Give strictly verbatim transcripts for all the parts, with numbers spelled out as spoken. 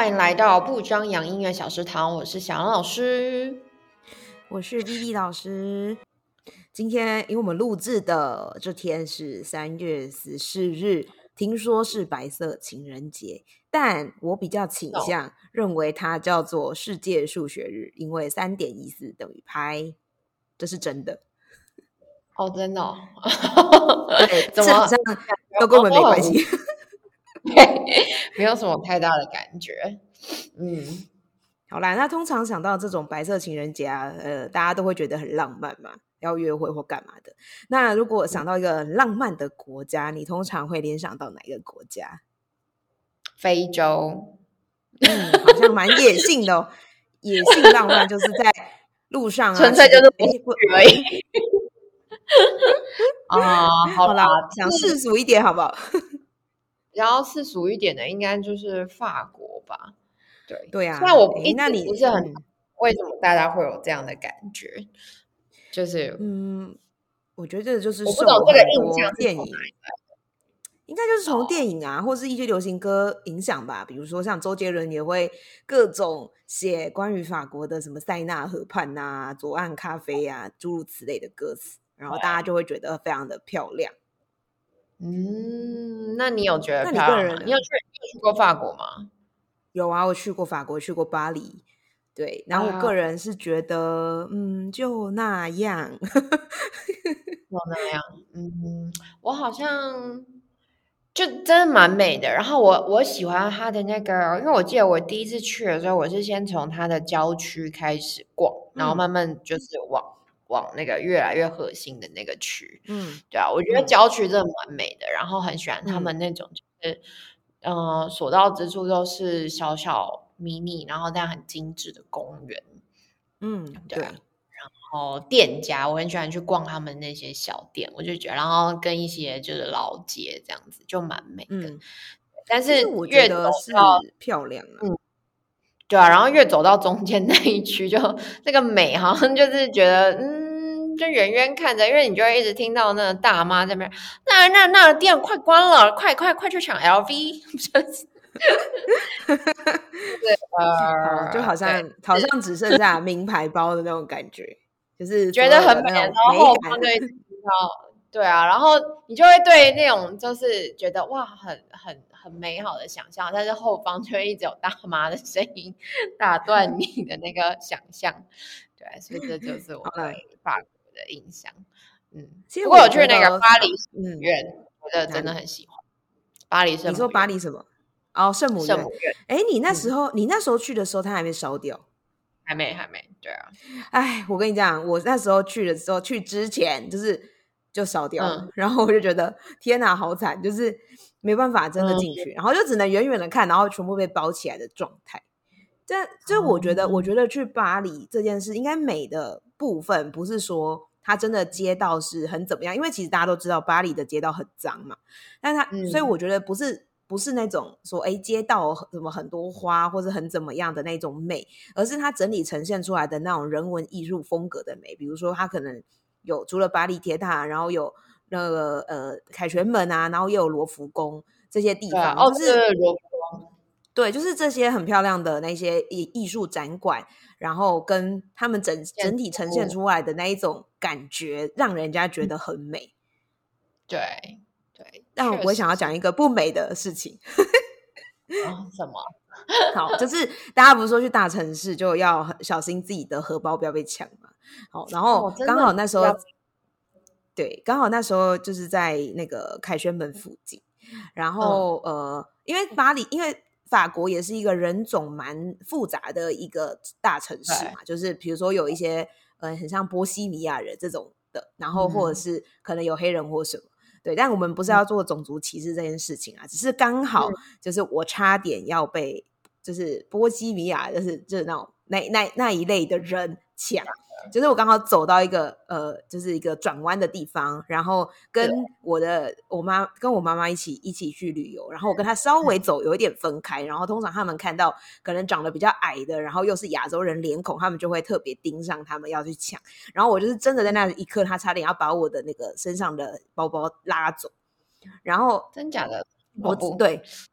欢迎来到不张扬音乐小食堂，我是小杨老师， 我是 Vivi 老师。今天因为我们录制的这天是三月十四日，听说是白色情人节，但我比较倾向认为它叫做世界数学日，因为 三点一四 等于派，这是真的。 哦，真的哦。 对，怎么好像都跟我们没关系。 对，没有什么太大的感觉。嗯， 好啦，那通常想到这种白色情人节啊，呃，大家都会觉得很浪漫嘛，要约会或干嘛的。那如果想到一个很浪漫的国家，你通常会联想到哪一个国家？ 非洲。 嗯，好像蛮野性的哦。野性浪漫就是在路上啊， 纯粹就是不去而已。啊、好好啦，想世俗一点好不好？ 然后世俗一点的应该就是法国吧。对对啊， 虽然我一那你直不是很、 嗯、 为什么大家会有这样的感觉，就是嗯，我觉得就是我不懂这个印象电影，应该就是从电影啊，哦、或是一些流行歌影响吧。比如说像周杰伦也会各种写关于法国的什么塞纳河畔啊、左岸咖啡啊诸如此类的歌词，然后大家就会觉得非常的漂亮。 嗯，那你有觉得那漂亮吗？ 你个人你有去你有去过法国吗？ 有啊，我去过法国，去过巴黎。对，然后我个人是觉得，啊、嗯，就那样， 就那样。嗯，我好像就真的蛮美的。然后我我喜欢它的那个，因为我记得我第一次去的时候，我是先从它的郊区开始逛，然后慢慢就是往、嗯、往那个越来越核心的那个区。 嗯， 对啊，我觉得郊区真的蛮美的，然后很喜欢他们那种就是，嗯、呃，所到之处都是小小迷你，然后但很精致的公园。 嗯，对。 对啊，然后店家我很喜欢去逛他们那些小店，我就觉得，然后跟一些就是老街这样子就蛮美的。嗯、但是我越走觉得是到漂亮啊， 嗯，对啊，然后越走到中间那一区就，就那个美好像就是觉得，嗯，就远远看着，因为你就会一直听到那个大妈在那边，那那那个店快关了，快快快去抢 L V， 就是对，呃， 好，就好像好像只剩下名牌包的那种感觉，就是觉得很美，然后后方就一直听到，对啊，然后你就会对那种就是觉得哇，很很很美好的想象，但是后方就会一直有大妈的声音打断你的那个想象，对，所以这就是我对法国的印象。嗯，不过我去那个巴黎圣母院，我觉得真的很喜欢。巴黎圣母院， 你说巴黎什么？哦，圣母院。哎，你那时候、嗯、你那时候去的时候，它还没烧掉？ 还没，还没，对啊。 哎，我跟你讲，我那时候去的时候，去之前就是就烧掉了，嗯、然后我就觉得天哪，好惨，就是没办法真的进去，嗯、然后就只能远远的看，然后全部被包起来的状态。这就我觉得，嗯、我觉得去巴黎这件事，应该美的部分不是说它真的街道是很怎么样，因为其实大家都知道巴黎的街道很脏嘛，但它、嗯、所以我觉得不是。不是那种说哎街道怎么很多花或者很怎么样的那种美，而是它整体呈现出来的那种人文艺术风格的美。比如说它可能有除了巴黎铁塔，然后有那个呃凯旋门啊，然后又有罗浮宫这些地方， 哦、 就是罗浮宫， 对，就是这些很漂亮的那些艺艺术展馆，然后跟他们整整体呈现出来的那一种感觉，让人家觉得很美。 对。对， 但我会想要讲一个不美的事情。 啊、什么？ 好，就是大家不是说去大城市就要小心自己的荷包不要被抢嘛？好，然后刚好那时候，哦、对，刚好那时候就是在那个凯旋门附近，然后、嗯、呃，因为巴黎，因为法国也是一个人种蛮复杂的一个大城市嘛，就是比如说有一些呃很像波西米亚人这种的，然后或者是可能有黑人或什么。嗯对，但我们不是要做种族歧视这件事情啊，嗯、只是刚好就是我差点要被就是波西米亚就是就是那种那那那一类的人抢，就是我刚好走到一个呃就是一个转弯的地方，然后跟我的我妈跟我妈妈一起一起去旅游，然后我跟她稍微走有一点分开，然后通常他们看到可能长得比较矮的，然后又是亚洲人脸孔，他们就会特别盯上他们要去抢，然后我就是真的在那一刻，他差点要把我的那个身上的包包拉走，然后真假的， 我对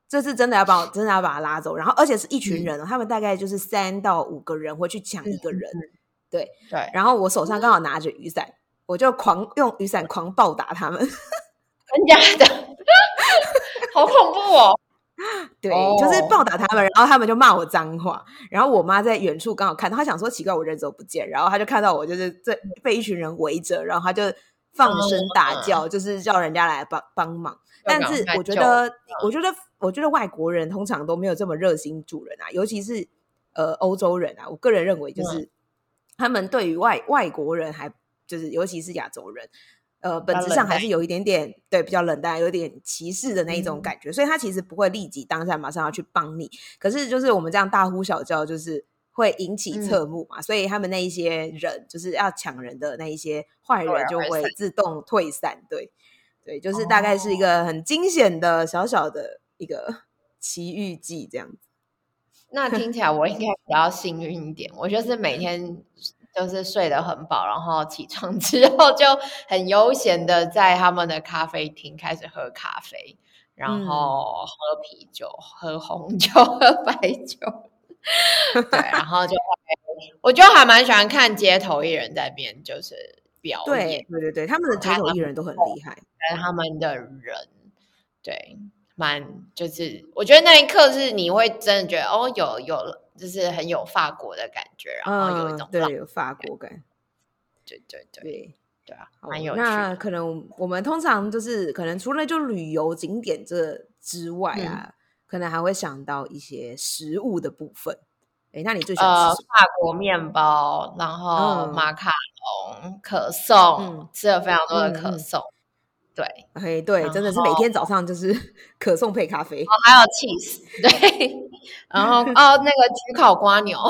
这次真的要把真的要把他拉走，然后而且是一群人、哦嗯、他们大概就是三到五个人会去抢一个人、嗯、对对， 然后我手上刚好拿着雨伞、嗯、我就狂用雨伞狂暴打他们。 真假的好恐怖哦。 对、哦、就是暴打他们，然后他们就骂我脏话，然后我妈在远处刚好看到，她想说奇怪我人怎么不见，然后她就看到我就是这被一群人围着，然后她就放声大叫、嗯、就是叫人家来帮帮忙。但是我觉得、嗯、我觉得我觉得外国人通常都没有这么热心助人啊，尤其是呃欧洲人啊，我个人认为就是、嗯、他们对于外外国人还就是尤其是亚洲人呃，本质上还是有一点点对比较冷淡，有点歧视的那一种感觉、嗯、所以他其实不会立即当下马上要去帮你，可是就是我们这样大呼小叫就是会引起侧目嘛、嗯、所以他们那一些人就是要抢人的那一些坏人就会自动退散。对对，就是大概是一个很惊险的小小的一个奇遇记这样子。 那听起来我应该比较幸运一点，我就是每天就是睡得很饱，然后起床之后就很悠闲的在他们的咖啡厅开始喝咖啡，然后喝啤酒、嗯、喝红酒、喝白酒对，然后就我就还蛮喜欢看街头艺人在那边就是表演。 对对对对，他们的街头艺人都很厉害， 跟他们的人对蛮就是我觉得那一刻是你会真的觉得哦有有就是很有法国的感觉，然后有一种、 嗯、对有法国感， 对对对对对啊，蛮有趣的。 那可能我们通常就是可能除了就旅游景点这之外啊、嗯、可能还会想到一些食物的部分。哎，那你最喜欢吃什么？ 呃、法国面包，然后马卡龙、嗯、可颂、嗯、吃了非常多的可颂、嗯嗯对， 哎，对，真的是每天早上就是可颂配咖啡， 哦，还有 cheese， 对，然后哦，那个焗烤瓜牛，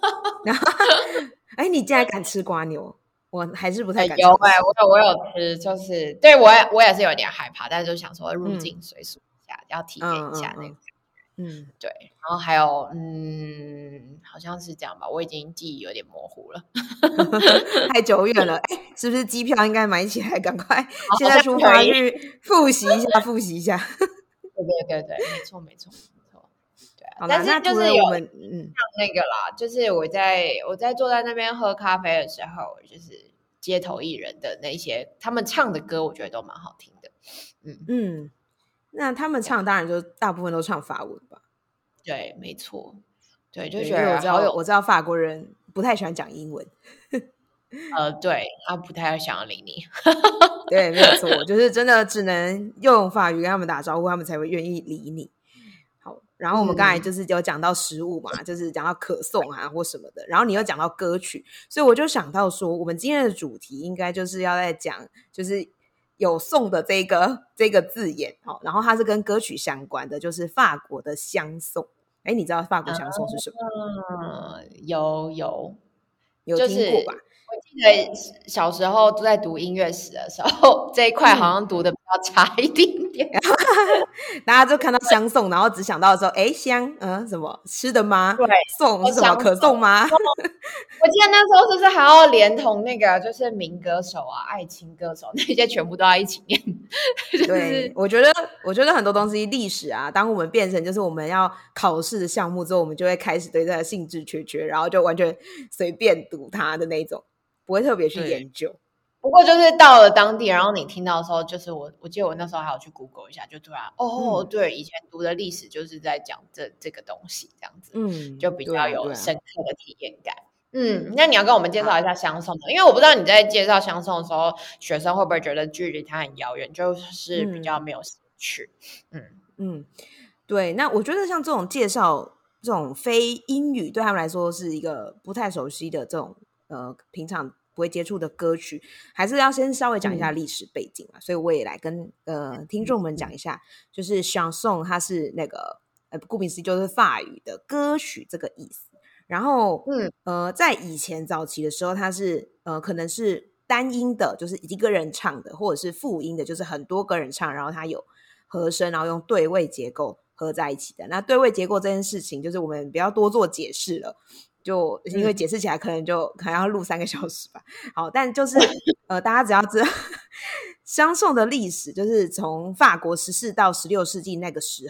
哎，你竟然敢吃瓜牛，我还是不太敢吃。 有哎、欸，我有我有吃，就是对我也我也是有点害怕，但是就想说入境随俗一下，嗯、要体验一下那个。嗯，对，然后还有，嗯，好像是这样吧，我已经记忆有点模糊了， 太久远了。哎，是不是机票应该买起来，赶快现在出发去复习一下，复习一下。 对对对对，没错没错没错，对啊。但是就是有我们嗯那个啦，就是我在我在坐在那边喝咖啡的时候，就是街头艺人的那些他们唱的歌，我觉得都蛮好听的。嗯嗯。那他们唱当然就大部分都唱法文吧？ 对，没错，对，就觉得我知道，我知道法国人不太喜欢讲英文。 呃，对，他不太想要理你。 对，没有错，就是真的只能用法语跟他们打招呼，他们才会愿意理你。好，然后我们刚才就是有讲到食物嘛，嗯、就是讲到可颂啊或什么的，然后你又讲到歌曲，所以我就想到说，我们今天的主题应该就是要在讲，就是有颂的这个这个字眼，然后它是跟歌曲相关的，就是法国的香颂。哎，你知道法国香颂是什么？ 嗯，有有有听过吧？ 就是我记得小时候都在读音乐史的时候，这一块好像读的比较差一点点。 大家就看到香颂，然后只想到说，哎，香，嗯，什么吃的吗？ 对， 颂是什么？可颂吗？ 我记得那时候是不是还要连同那个就是民歌手啊、爱情歌手那些全部都要一起念？就是、 对，我觉得，我觉得很多东西历史啊，当我们变成就是我们要考试的项目之后，我们就会开始对它的兴致缺缺，然后就完全随便读它的那种，不会特别去研究。 不过就是到了当地，然后你听到的时候，就是我我记得我那时候还有去 Google 一下，就突然哦、嗯，对，以前读的历史就是在讲这这个东西，这样子，嗯，就比较有深刻的体验感。嗯，那你要跟我们介绍一下香颂吗？因为我不知道你在介绍香颂的时候，学生会不会觉得距离它很遥远，就是比较没有兴趣。嗯 嗯, 嗯，对，那我觉得像这种介绍这种非英语对他们来说是一个不太熟悉的这种呃平常不会接触的歌曲，还是要先稍微讲一下历史背景嘛、嗯、所以我也来跟呃听众们讲一下，就是 chanson 它是那个呃顾名思义就是法语的歌曲这个意思。然后嗯呃在以前早期的时候，它是呃可能是单音的，就是一个人唱的，或者是复音的，就是很多个人唱，然后它有和声，然后用对位结构合在一起的。那对位结构这件事情，就是我们不要多做解释了，就因为解释起来可能就可能要录三个小时吧。好，但就是呃，大家只要知道香颂的历史，就是从法国十四到十六世纪那个时候，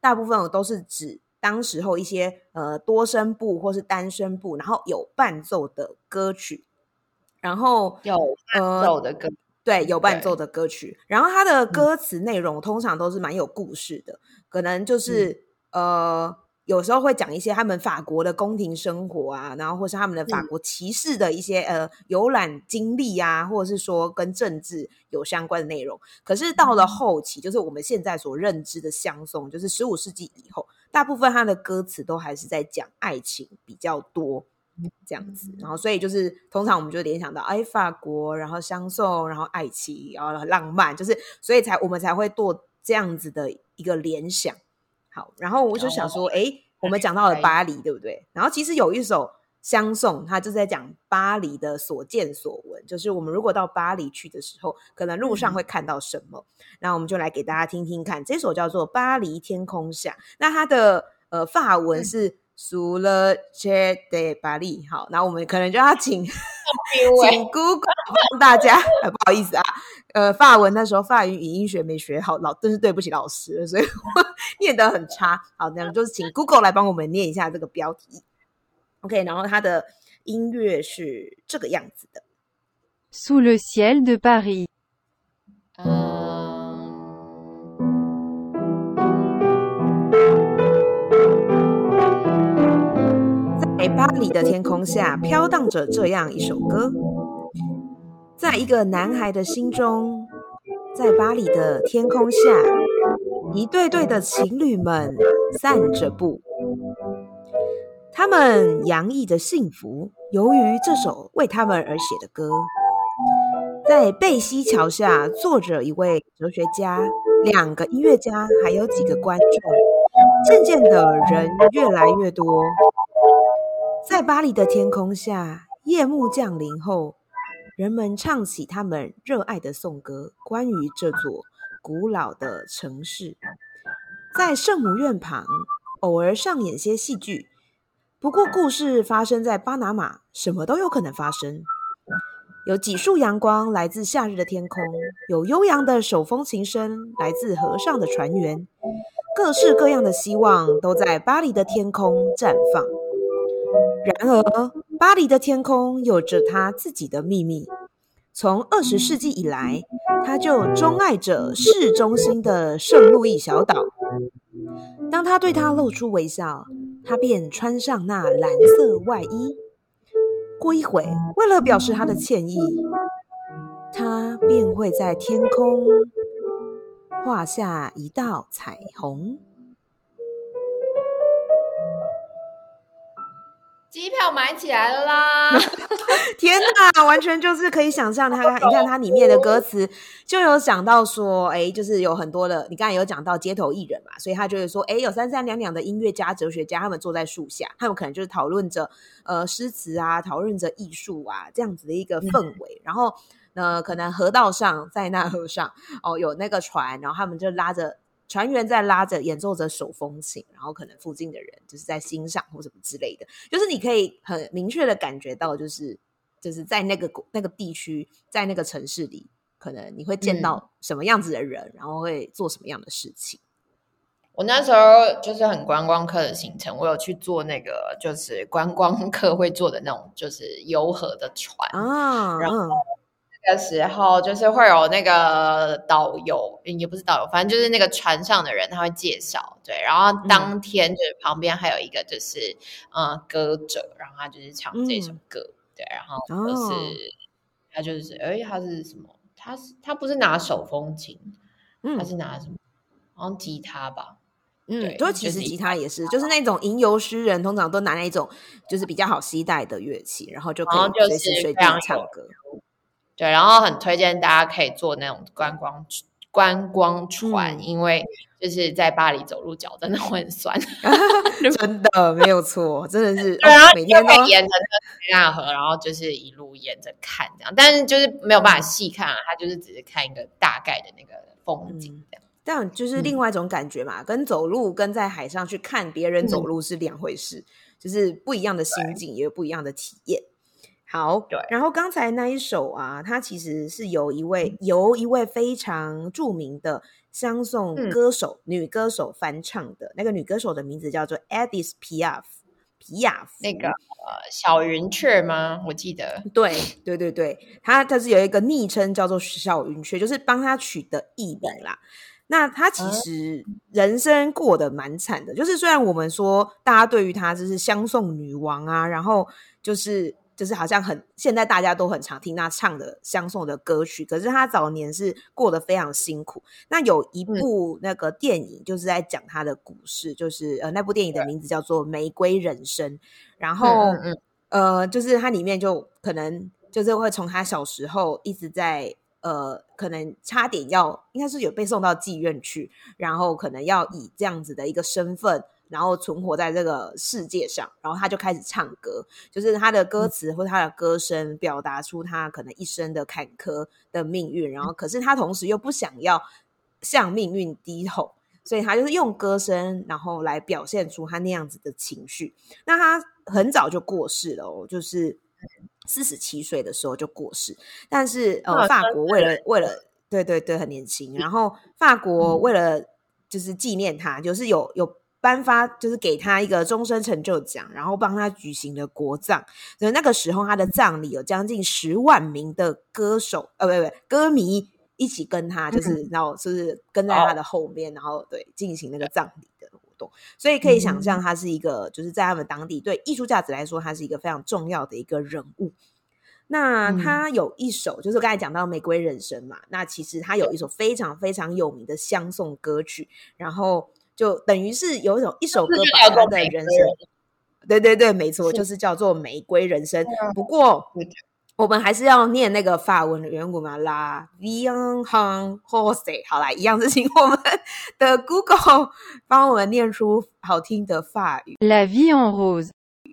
大部分都是指当时候一些呃多声部或是单声部，然后有伴奏的歌曲，然后有伴奏的歌、呃、 对，有伴奏的歌曲，然后它的歌词内容通常都是蛮有故事的，可能就是、嗯、呃有时候会讲一些他们法国的宫廷生活啊，然后或是他们的法国骑士的一些、嗯、呃游览经历啊，或者是说跟政治有相关的内容。可是到了后期，就是我们现在所认知的香颂，就是十五世纪以后，大部分它的歌词都还是在讲爱情比较多这样子，然后所以就是通常我们就联想到哎法国，然后香颂，然后爱情，然后浪漫，就是所以才我们才会做这样子的一个联想。好，然后我就想说哎、哦，我们讲到了巴黎对不对？然后其实有一首香颂它就是在讲巴黎的所见所闻，就是我们如果到巴黎去的时候可能路上会看到什么、嗯、那我们就来给大家听听看，这首叫做巴黎天空下，那它的呃法文是、嗯Sous le ciel de Paris。 好，然后我们可能就要请请 Google 帮大家、呃、不好意思啊，呃，法文那时候法语语音学没学好，老真是对不起老师了，所以我念得很差。好，那就是请 Google 来帮我们念一下这个标题。 OK， 然后它的音乐是这个样子的 Sous le ciel de Paris。 嗯在巴黎的天空下飘荡着这样一首歌，在一个男孩的心中，在巴黎的天空下，一对对的情侣们散着步，他们洋溢着幸福，由于这首为他们而写的歌。在贝西桥下坐着一位哲学家，两个音乐家，还有几个观众。渐渐的人越来越多，在巴黎的天空下，夜幕降临后，人们唱起他们热爱的颂歌，关于这座古老的城市。在圣母院旁，偶尔上演些戏剧，不过故事发生在巴拿马，什么都有可能发生。有几束阳光来自夏日的天空，有悠扬的手风琴声来自河上的船员，各式各样的希望都在巴黎的天空绽放。然而，巴黎的天空有着它自己的秘密。从二十世纪以来，它就钟爱着市中心的圣路易小岛。当他对它露出微笑，他便穿上那蓝色外衣。过一会，为了表示他的歉意，他便会在天空画下一道彩虹。 机票买起来了啦！ 天哪，完全就是可以想象它，你看它里面的歌词就有讲到说，哎，就是有很多的，你刚才有讲到街头艺人嘛，所以他就是说，哎，有三三两两的音乐家、哲学家，他们坐在树下，他们可能就是讨论着呃诗词啊，讨论着艺术啊这样子的一个氛围，嗯、然后呢，可能河道上在那河上哦有那个船，然后他们就拉着。船员在拉着演奏着手风琴，然后可能附近的人就是在欣赏或什么之类的，就是你可以很明确的感觉到，就是就是在那个那个地区，在那个城市里，可能你会见到什么样子的人、嗯、然后会做什么样的事情。 我那时候就是很观光客的行程，我有去坐那个就是观光客会坐的那种就是游河的船啊，然后、嗯的时候就是会有那个导游，也不是导游，反正就是那个船上的人他会介绍，对，然后当天就是旁边还有一个就是、嗯、呃歌者，然后他就是唱这首歌、嗯、对，然后就是、哦、他就是哎他是什么，他是他不是拿手风琴、嗯、他是拿什么好像吉他吧， 嗯，就其实吉他也是，就是那种吟游诗人通常都拿那种就是比较好携带的乐器，然后就可以随时随地唱歌。 对，然后很推荐大家可以坐那种观光观光船、嗯、因为就是在巴黎走路脚真的会很酸真的没有错，真的是对、哦、然后每天都沿着那河，然后就是一路沿着看这样，但是就是没有办法细看啊，它就是只是看一个大概的那个风景这样、嗯、 但就是另外一种感觉嘛、嗯、跟走路跟在海上去看别人走路是两回事、嗯、就是不一样的心境也有不一样的体验。 好， 对。 然后刚才那一首啊，它其实是由一位由一位非常著名的相颂歌手、嗯、女歌手翻唱的，那个女歌手的名字叫做 Edith Piaf。皮亚夫那个呃小云雀吗？我记得， 对对对对，他他是有一个昵称叫做小云雀，就是帮他取的艺名啦。那他其实人生过得蛮惨的，嗯、就是虽然我们说大家对于他就是相颂女王啊，然后就是就是好像很现在大家都很常听他唱的相颂的歌曲，可是他早年是过得非常辛苦。那有一部那个电影就是在讲他的故事，嗯、就是呃那部电影的名字叫做《玫瑰人生》，然后嗯嗯嗯呃就是它里面就可能就是会从他小时候一直在呃可能差点要应该是有被送到妓院去，然后可能要以这样子的一个身份然后存活在这个世界上，然后他就开始唱歌，就是他的歌词或他的歌声表达出他可能一生的坎坷的命运，然后可是他同时又不想要向命运低头，所以他就是用歌声然后来表现出他那样子的情绪。那他很早就过世了哦，就是四十七岁的时候就过世，但是呃，法国为了为了对对对很年轻，然后法国为了就是纪念他，就是有有颁发就是给他一个终身成就奖，然后帮他举行了国葬。所以那个时候他的葬礼有将近十万名的歌手呃不不不歌迷一起跟他就是然后就是跟在他的后面，然后对进行那个葬礼的活动。所以可以想象他是一个就是在他们当地对艺术价值来说他是一个非常重要的一个人物。那他有一首、嗯、就是刚才讲到玫瑰人生嘛，那其实他有一首非常非常有名的相颂歌曲，然后就等于是有一种一首歌把他的人生，对对对没错，就是叫做玫瑰人生。不过我们还是要念那个法文的原文嘛，啦 Bien hang Jose。 好啦，一样是请我们的 Google 帮我们念出好听的法语 La vie en rose。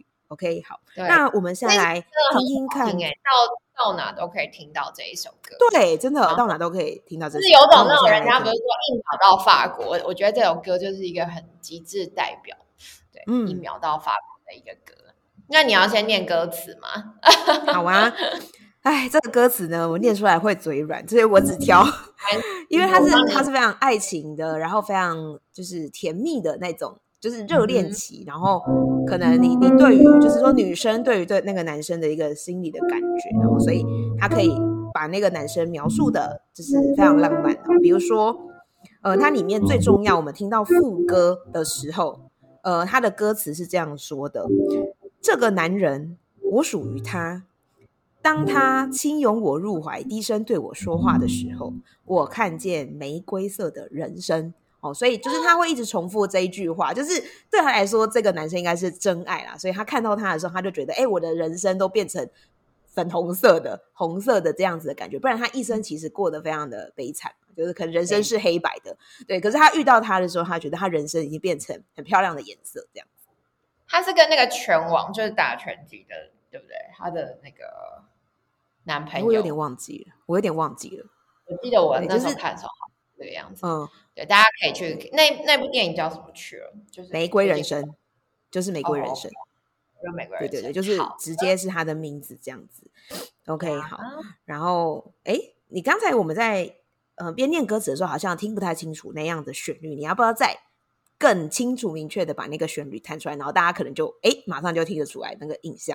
OK， 好，那我们现在来听听看， 听欸、到到哪都可以听到这一首歌。 对，真的到哪都可以听到这首歌。 就是有种那种人家不是说一秒到法国，我觉得这首歌就是一个很极致代表，对，嗯、一秒到法国的一个歌。那你要先念歌词吗？ 好啊。哎，这个歌词呢，我念出来会嘴软，所以我只挑，因为它是它是非常爱情的，然后非常就是甜蜜的那种。就是热恋期、嗯、然后可能你你对于就是说女生对于对那个男生的一个心理的感觉，然后所以他可以把那个男生描述的就是非常浪漫。比如说呃，它里面最重要我们听到副歌的时候，呃，他的歌词是这样说的：这个男人我属于他，当他轻拥我入怀低声对我说话的时候，我看见玫瑰色的人生。哦，所以就是他会一直重复这一句话，就是对他来说这个男生应该是真爱啦，所以他看到他的时候他就觉得哎、欸，我的人生都变成粉红色的红色的这样子的感觉，不然他一生其实过得非常的悲惨，就是可能人生是黑白的，对，可是他遇到他的时候他觉得他人生已经变成很漂亮的颜色这样子。 他是跟那个拳王就是打拳击的对不对？他的那个男朋友我有点忘记了我有点忘记了我记得我那时候看的时候好这个样子。嗯，对，大家可以去那那部电影叫什么去了？就是玫瑰人生，就是玫瑰人生， 有玫瑰人生， 对对对，就是直接是他的名字这样子。OK， 好，然后哎，你刚才我们在呃边念歌词的时候，好像听不太清楚那样的旋律，你要不要再更清楚明确的把那个旋律弹出来，然后大家可能就哎马上就听得出来那个印象。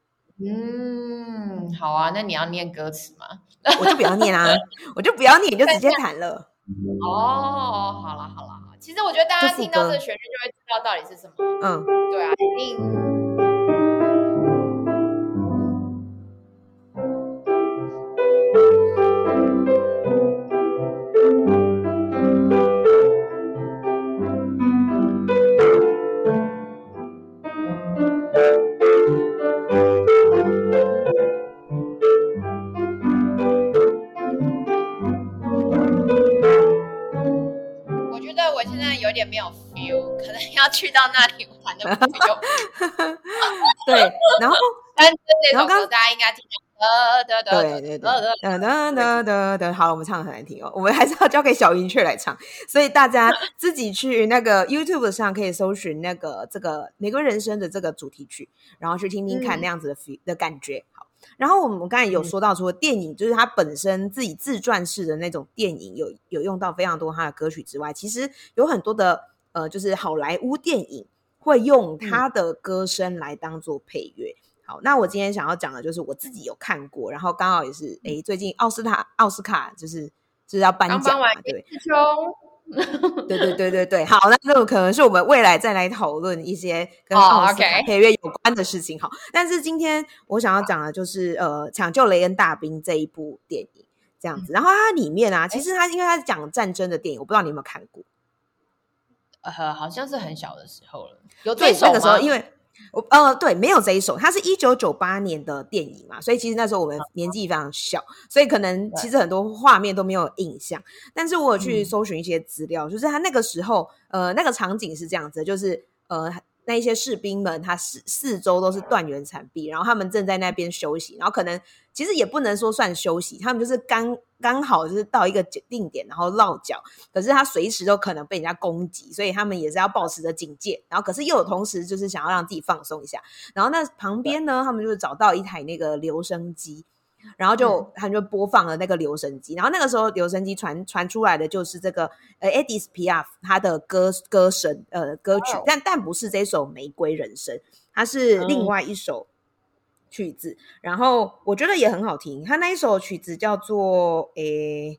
嗯，好啊，那你要念歌词吗？ 我就不要念啊，我就不要念，你就直接弹了。 哦，好啦好啦，其实我觉得大家听到这个旋律就会知道到底是什么。嗯，对啊，一定。我现在有点没有 feel， 可能要去到那里玩的不就对，然后但是这首歌大家应该听到对对对对，好了，我们唱得很难听哦，我们还是要交给小云雀来唱，所以大家自己去那个 YouTube 上可以搜寻那个这个玫瑰人生的这个主题曲，然后去听听看那样子的 feel 的感觉。好， 然后我们刚才有说到，除了电影，就是他本身自己自传式的那种电影有有用到非常多他的歌曲之外，其实有很多的呃，就是好莱坞电影会用他的歌声来当做配乐。嗯、好，那我今天想要讲的就是我自己有看过，然后刚好也是诶，最近奥斯卡奥斯卡就是就是要颁奖嘛，对。对对对对对，好，那这个可能是我们未来再来讨论一些跟奥斯卡配乐有关的事情。好， oh, okay. 但是今天我想要讲的就是呃，抢救雷恩大兵这一部电影这样子。然后它里面啊，其实它因为它是讲战争的电影，我不知道你有没有看过。 呃，好像是很小的时候了，有这首吗？ 那个时候因为我呃对，没有这一首，它是一九九八年的电影嘛，所以其实那时候我们年纪非常小，所以可能其实很多画面都没有印象。但是我有去搜寻一些资料，嗯、就是他那个时候呃那个场景是这样子，就是呃那一些士兵们他四四周都是断垣残壁，然后他们正在那边休息，然后可能其实也不能说算休息，他们就是刚刚好就是到一个定点然后落脚，可是他随时都可能被人家攻击，所以他们也是要保持着警戒，然后可是又有同时就是想要让自己放松一下。然后那旁边呢，他们就是找到一台那个留声机，然后就、嗯、他们就播放了那个留声机，然后那个时候留声机传传出来的就是这个呃 Edith Piaf 他的歌歌声呃歌曲， oh. 但但不是这首玫瑰人生，它是另外一首曲子，嗯、然后我觉得也很好听。他那一首曲子叫做诶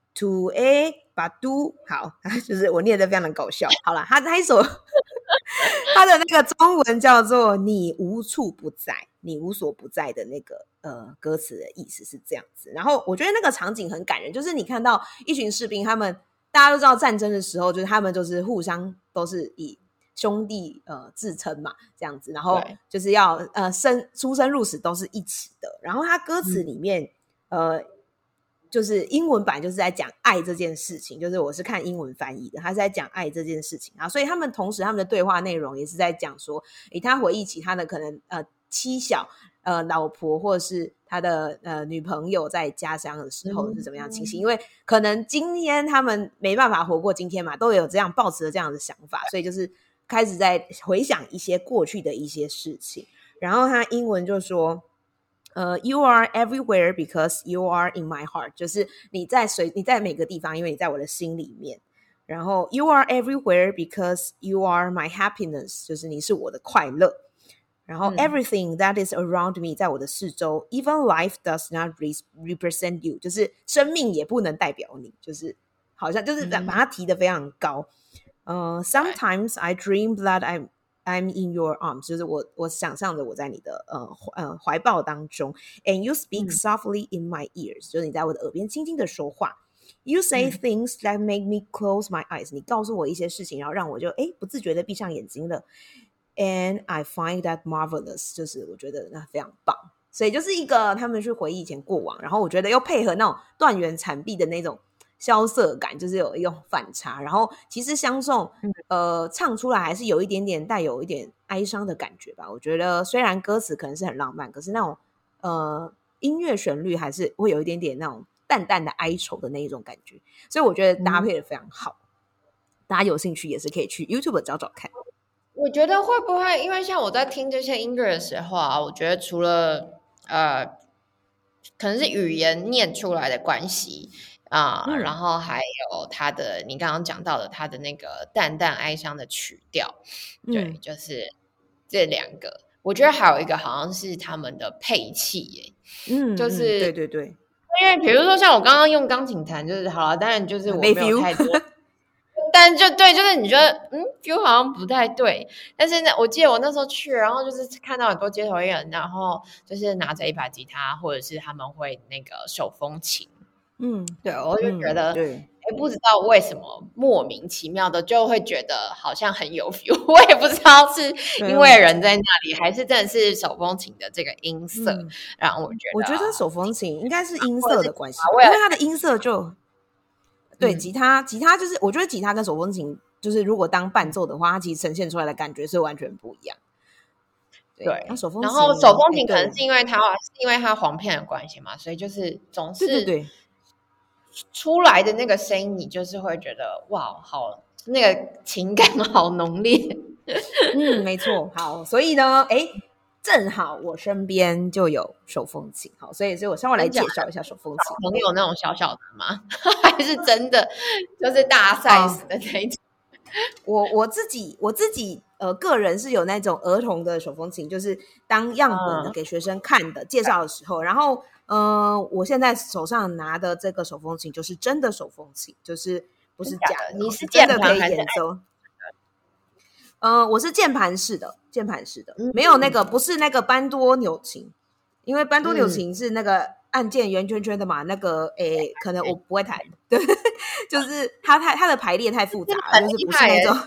To A Badu， 好，就是我念得非常的搞笑。好啦，他那一首他的那个中文叫做你无处不在，你无所不在的那个呃歌词的意思是这样子。然后我觉得那个场景很感人，就是你看到一群士兵，他们大家都知道战争的时候，就是他们就是互相都是以兄弟呃自称嘛，这样子，然后就是要呃生出生入死都是一起的。然后他歌词里面、嗯、呃就是英文版就是在讲爱这件事情，就是我是看英文翻译的，他是在讲爱这件事情啊，所以他们同时他们的对话内容也是在讲说，诶，他回忆起他的可能呃妻小呃老婆或者是他的呃女朋友在家乡的时候是怎么样情形、嗯、因为可能今天他们没办法活过今天嘛，都有这样抱持着这样的想法，所以就是开始在回想一些过去的一些事情。然后他英文就说呃、uh, You are everywhere because you are in my heart， 就是你在随你在每个地方，因为你在我的心里面。然后 You are everywhere because you are my happiness， 就是你是我的快乐。然后、嗯、Everything that is around me， 在我的四周 Even life does not represent you， 就是生命也不能代表你，就是好像就是把它提得非常高。呃、uh, Sometimes I dream that I'm I'm in your arms， 就是我我想象着我在你的呃呃怀抱当中。And you speak、嗯、softly in my ears， 就是你在我的耳边轻轻的说话。You say、嗯、things that make me close my eyes， 你告诉我一些事情，然后让我就诶不自觉的闭上眼睛了。And I find that marvelous， 就是我觉得那非常棒。所以就是一个他们去回忆以前过往，然后我觉得又配合那种断垣残壁的那种萧瑟感，就是有一种反差。然后其实相送呃唱出来还是有一点点带有一点哀伤的感觉吧。我觉得虽然歌词可能是很浪漫，可是那种呃音乐旋律还是会有一点点那种淡淡的哀愁的那一种感觉，所以我觉得搭配的非常好、嗯、大家有兴趣也是可以去 YouTube 找找看。 我觉得会不会因为像我在听这些音乐的时候啊，我觉得除了呃可能是语言念出来的关系啊、呃嗯，然后还有他的你刚刚讲到的他的那个淡淡哀伤的曲调、嗯、对，就是这两个。我觉得还有一个好像是他们的配器耶， 嗯， 就是、 嗯、对对对， 因为比如说像我刚刚用钢琴弹就是好了，当然就是我没有太多但就对，就是你觉得嗯 feel 好像不太对，但是呢我记得我那时候去，然后就是看到很多街头艺人，然后就是拿着一把吉他，或者是他们会那个手风琴，嗯，对，我就觉得、嗯、对，不知道为什么莫名其妙的就会觉得好像很有 feel， 我也不知道是因为人在那里，还是真的是手风琴的这个音色、嗯、然后我觉得我觉得手风琴应该是音色的关系，因为它的音色就对、嗯、吉他吉他就是我觉得吉他跟手风琴就是如果当伴奏的话，它其实呈现出来的感觉是完全不一样。 对，对手风琴然后手风琴可能是因为它是因为它黄片的关系嘛，所以就是总是对对对出来的那个声音，你就是会觉得哇，好那个情感好浓烈。 嗯，没错。好，所以呢，哎， 正好我身边就有手风琴，好，所以所以我稍微来介绍一下手风琴。 朋友那种小小的吗？还是真的就是大 size 的那一种？ 我我自己我自己呃个人是有那种儿童的手风琴，就是当样本的给学生看的、嗯、介绍的时候，然后呃我现在手上拿的这个手风琴就是真的手风琴，就是不是假的， 你是真的可以演奏。呃，我是键盘式的，键盘式的，嗯、没有那个不是那个班多纽琴，因为班多纽琴是那个按键圆圈圈的嘛，那个诶，可能我不会弹，对，就是它太它的排列太复杂了，就是不是那种。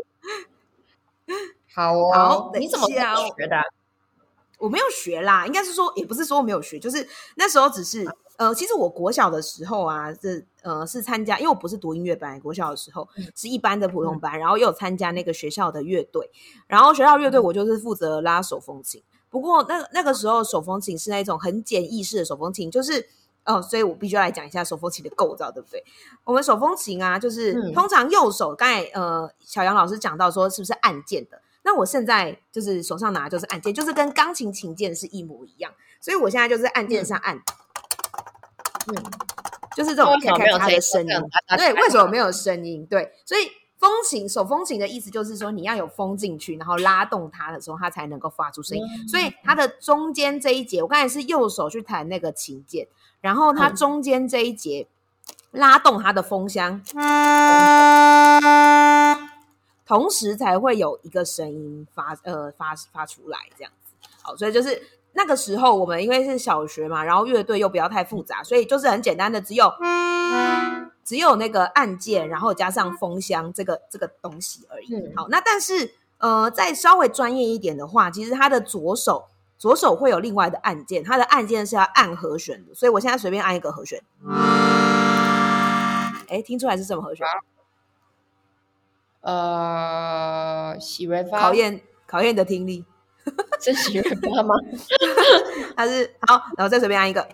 好哦， 好， 你怎么学的、啊？ 我没有学啦，应该是说，也不是说没有学，就是那时候只是。呃，其实我国小的时候啊，是呃是参加，因为我不是读音乐班，国小的时候是一般的普通班，嗯、然后又有参加那个学校的乐队，然后学校乐队我就是负责拉手风琴。不过那那个时候手风琴是那种很简易式的手风琴，就是哦，所以我必须要来讲一下手风琴的构造，对不对？我们手风琴啊，就是、嗯、通常右手，刚才呃小杨老师讲到说是不是按键的？那我现在就是手上拿的就是按键，就是跟钢琴琴键是一模一样，所以我现在就是按键上按。嗯嗯，就是这种咔咔咔的声音。对，为什么没有声音？对，所以风琴手风琴的意思就是说，你要有风进去，然后拉动它的时候，它才能够发出声音。嗯、所以它的中间这一节，我刚才是右手去弹那个琴键，然后它中间这一节拉动它的风箱，嗯、同时才会有一个声音发呃发发出来，这样子。好，所以就是。那个时候我们因为是小学嘛，然后乐队又不要太复杂，所以就是很简单的，只有只有那个按键，然后加上风箱这个这个东西而已。嗯、好，那但是呃，再稍微专业一点的话，其实它的左手左手会有另外的按键，它的按键是要按和弦的，所以我现在随便按一个和弦，哎，听出来是什么和弦？ 呃，喜瑞发， 考验考验你的听力。 是喜瑞发吗？ 它是好，然后再随便按一个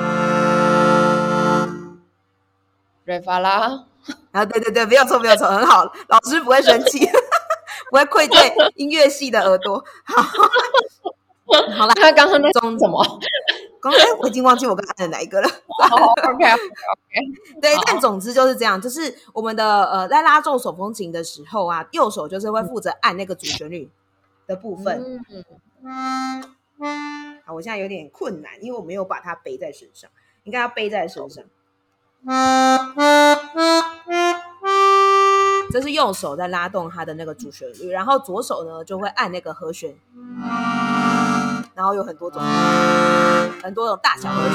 瑞发啦。 啊，对对对，没有错没有错，很好，老师不会生气，不会愧对音乐系的耳朵。好，好了， 他刚刚那种什么？ 刚才我已经忘记我刚才按的哪一个了。 哦 OK OK， 对，但总之就是这样，就是我们的呃，在拉奏手风琴的时候啊，右手就是会负责按那个主旋律。的部分，嗯，好，我现在有点困难，因为我没有把它背在身上，应该要背在身上。这是右手在拉动它的那个主旋律，然后左手呢就会按那个和弦，然后有很多种很多种大小和弦。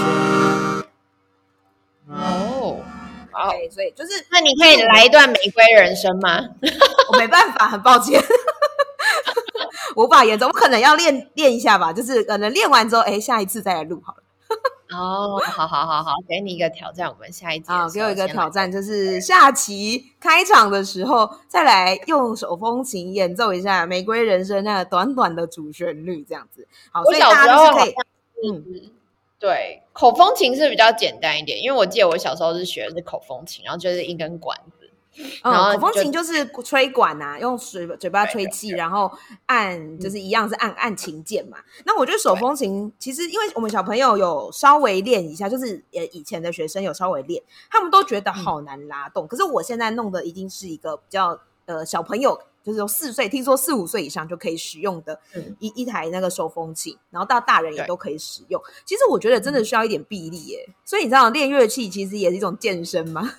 哦， 好，对，所以就是， 那你可以来一段玫瑰人生吗？ 我没办法，很抱歉。无法演奏，我可能要练练一下吧，就是可能练完之后，哎，下一次再来录好了。 哦，好好好好，给你一个挑战，我们下一集啊，给我一个挑战，就是下期开场的时候再来用手风琴演奏一下《玫瑰人生》那个短短的主旋律，这样子。好，所以大家就是可以， 嗯，对，口风琴是比较简单一点，因为我记得我小时候是学的是口风琴，然后就是一根管子。 嗯，口风琴就是吹管啊，用水嘴巴吹气，然后按就是一样是按按琴键嘛。那我觉得手风琴其实，因为我们小朋友有稍微练一下，就是以前的学生有稍微练，他们都觉得好难拉动。嗯、可是我现在弄的一定是一个比较呃小朋友，就是有四岁，听说四五岁以上就可以使用的一、嗯、一台那个手风琴，然后到大人也都可以使用。其实我觉得真的需要一点臂力耶，所以你知道练乐器其实也是一种健身嘛。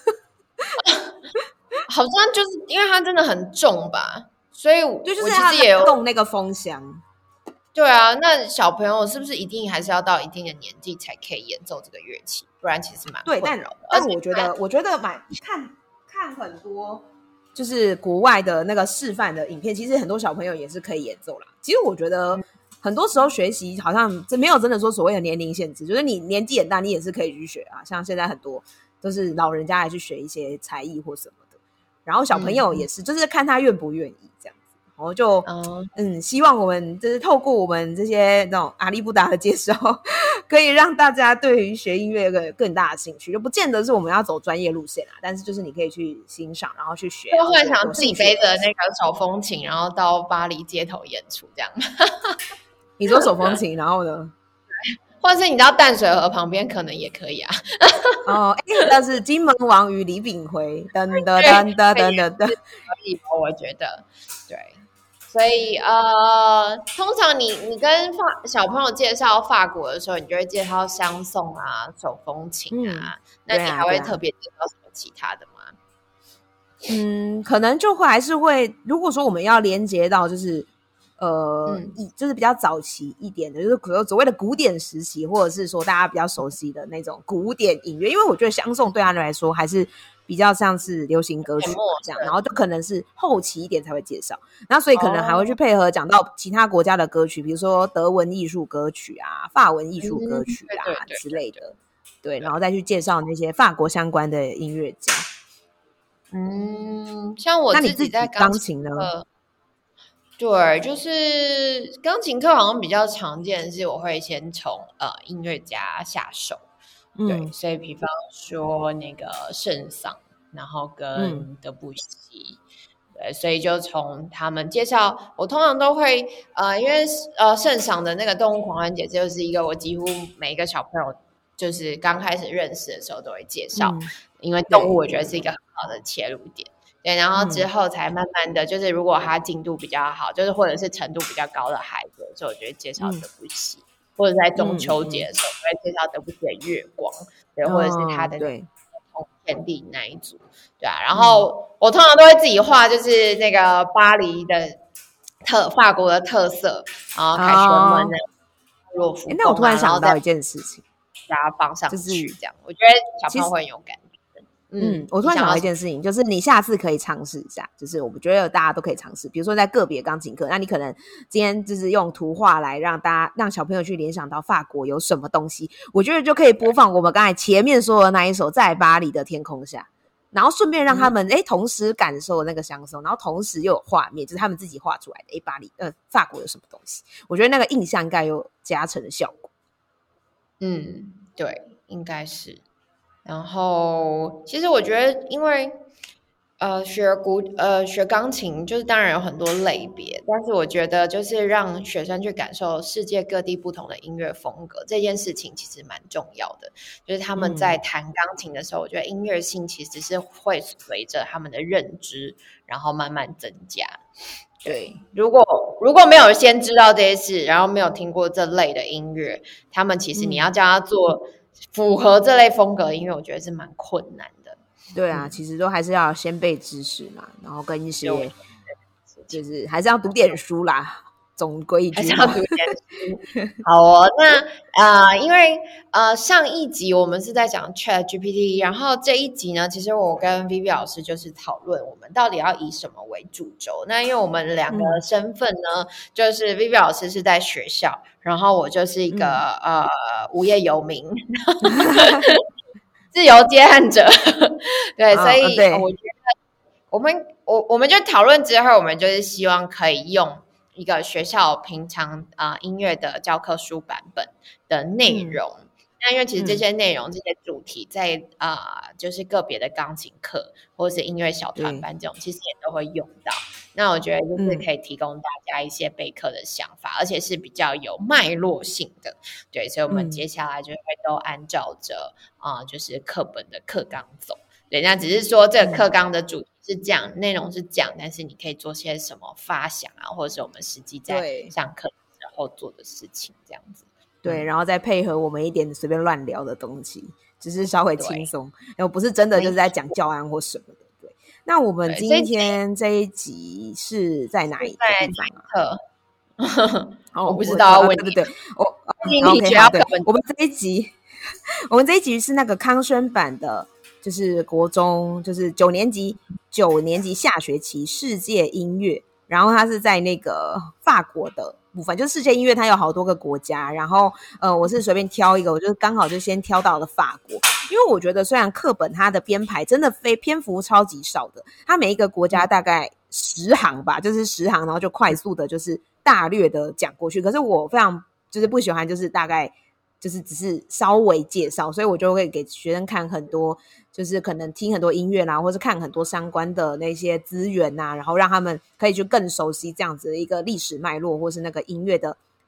好像就是因为它真的很重吧，所以我对，就是它也有动那个风箱。 对啊，那小朋友是不是一定还是要到一定的年纪才可以演奏这个乐器？不然其实蛮困扰的。 但但我觉得，我觉得蛮看看很多就是国外的那个示范的影片，其实很多小朋友也是可以演奏啦。其实我觉得很多时候学习好像没有真的说所谓的年龄限制，就是你年纪很大，你也是可以去学啊。像现在很多都是老人家来去学一些才艺或什么。然后小朋友也是、嗯、就是看他愿不愿意这样子，然后就、哦、嗯，希望我们就是透过我们这些那种阿里不达的介绍，可以让大家对于学音乐有个更大的兴趣，就不见得是我们要走专业路线啦，但是就是你可以去欣赏，然后去学。 就幻想自己背着那个手风琴，然后到巴黎街头演出这样。 你说手风琴，然后呢？ 或者是你到淡水河旁边可能也可以啊。 哦，哎，那是金门王与李炳辉，噔噔噔噔噔噔噔， 可以，我觉得对。所以呃，通常你你跟法小朋友介绍法国的时候，你就会介绍香颂啊、手风琴啊，嗯、那你还会特别介绍什么其他的吗？ 嗯，可能就会还是会，如果说我们要连接到就是呃，嗯、就是比较早期一点的，就是所谓的古典时期，或者是说大家比较熟悉的那种古典音乐，因为我觉得香颂对他们来说还是比较像是流行歌曲这样，然后就可能是后期一点才会介绍，然后所以可能还会去配合讲到其他国家的歌曲，比如说德文艺术歌曲啊、法文艺术歌曲啊、嗯、之类的，对，然后再去介绍那些法国相关的音乐家。 嗯，像我自己在钢琴呢， 对，就是钢琴课好像比较常见的是，我会先从呃音乐家下手，嗯、对，所以比方说那个圣桑，然后跟德布西，嗯、对，所以就从他们介绍，我通常都会呃，因为呃圣桑的那个动物狂欢节，就是一个我几乎每一个小朋友就是刚开始认识的时候都会介绍，嗯、因为动物我觉得是一个很好的切入点。对，然后之后才慢慢的，就是如果他进度比较好，就是或者是程度比较高的孩子，所以我觉得介绍德布西，嗯、或者在中秋节的时候，我会介绍德布西的月光，对，或者是他的同天地那一组，对啊。然后我通常都会自己画，就是那个巴黎的特法国的特色，然后凯旋门的洛夫宫、啊。 那我突然想到一件事情， 把它放上去，这样、就是、我觉得小朋友会很有感觉。 嗯，我突然想到一件事情，就是你下次可以尝试一下，就是我们觉得大家都可以尝试，比如说在个别钢琴课，那你可能今天就是用图画来让大家让小朋友去联想到法国有什么东西，我觉得就可以播放我们刚才前面说的那一首《在巴黎的天空下》，然后顺便让他们哎、嗯、同时感受那个香颂，然后同时又有画面，就是他们自己画出来的哎巴黎呃法国有什么东西，我觉得那个印象应该有加成的效果。 嗯，对，应该是。然后，其实我觉得，因为呃学古呃学钢琴，就是当然有很多类别，但是我觉得就是让学生去感受世界各地不同的音乐风格这件事情，其实蛮重要的。就是他们在弹钢琴的时候，嗯、我觉得音乐性其实是会随着他们的认知，然后慢慢增加。对，如果如果没有先知道这些事，然后没有听过这类的音乐，他们其实你要叫他做。嗯符合这类风格的音乐，我觉得是蛮困难的。 对啊，嗯、其实都还是要先备知识嘛，然后跟一些就是还是要读点书啦，总归一句还是要读点书。好哦，那呃，因为呃上一集我们是在讲 ChatGPT， 然后这一集呢，其实我跟 Vivi 老师就是讨论我们到底要以什么为主轴。那因为我们两个身份呢，嗯、就是 Vivi 老师是在学校。然后我就是一个、嗯、呃无业游民，自由接案者，对，哦、所以我觉得我们我我们就讨论之后，我们就是希望可以用一个学校平常啊、呃、音乐的教科书版本的内容。嗯那因为其实这些内容、嗯、这些主题在啊、呃，就是个别的钢琴课或者是音乐小团班这种，其实也都会用到。那我觉得就是可以提供大家一些备课的想法，嗯、而且是比较有脉络性的。对，所以我们接下来就会都按照着啊、呃，就是课本的课纲走。对，那只是说这个课纲的主题是这样，内容是这样，但是你可以做些什么发想啊，或者是我们实际在上课的时候做的事情，这样子。 对，然后再配合我们一点随便乱聊的东西，只是稍微轻松，然后不是真的就是在讲教案或什么的。对，那我们今天这一集是在哪一个地方啊？哦、我不知道， 对对对，我 OK 好，对，我们这一集，我们这一集是那个康轩版的，就是国中，就是九年级九年级下学期世界音乐，然后它是在那个法国的。部分就是世界音乐它有好多个国家，然后呃我是随便挑一个，我就刚好就先挑到了法国，因为我觉得虽然课本它的编排真的非篇幅超级少的，它每一个国家大概十行吧，就是十行，然后就快速的就是大略的讲过去，可是我非常就是不喜欢就是大概就是只是稍微介绍，所以我就会给学生看很多就是可能听很多音乐啦，或是看很多相关的那些资源啊，然后让他们可以去更熟悉这样子的一个历史脉络或是那个音乐的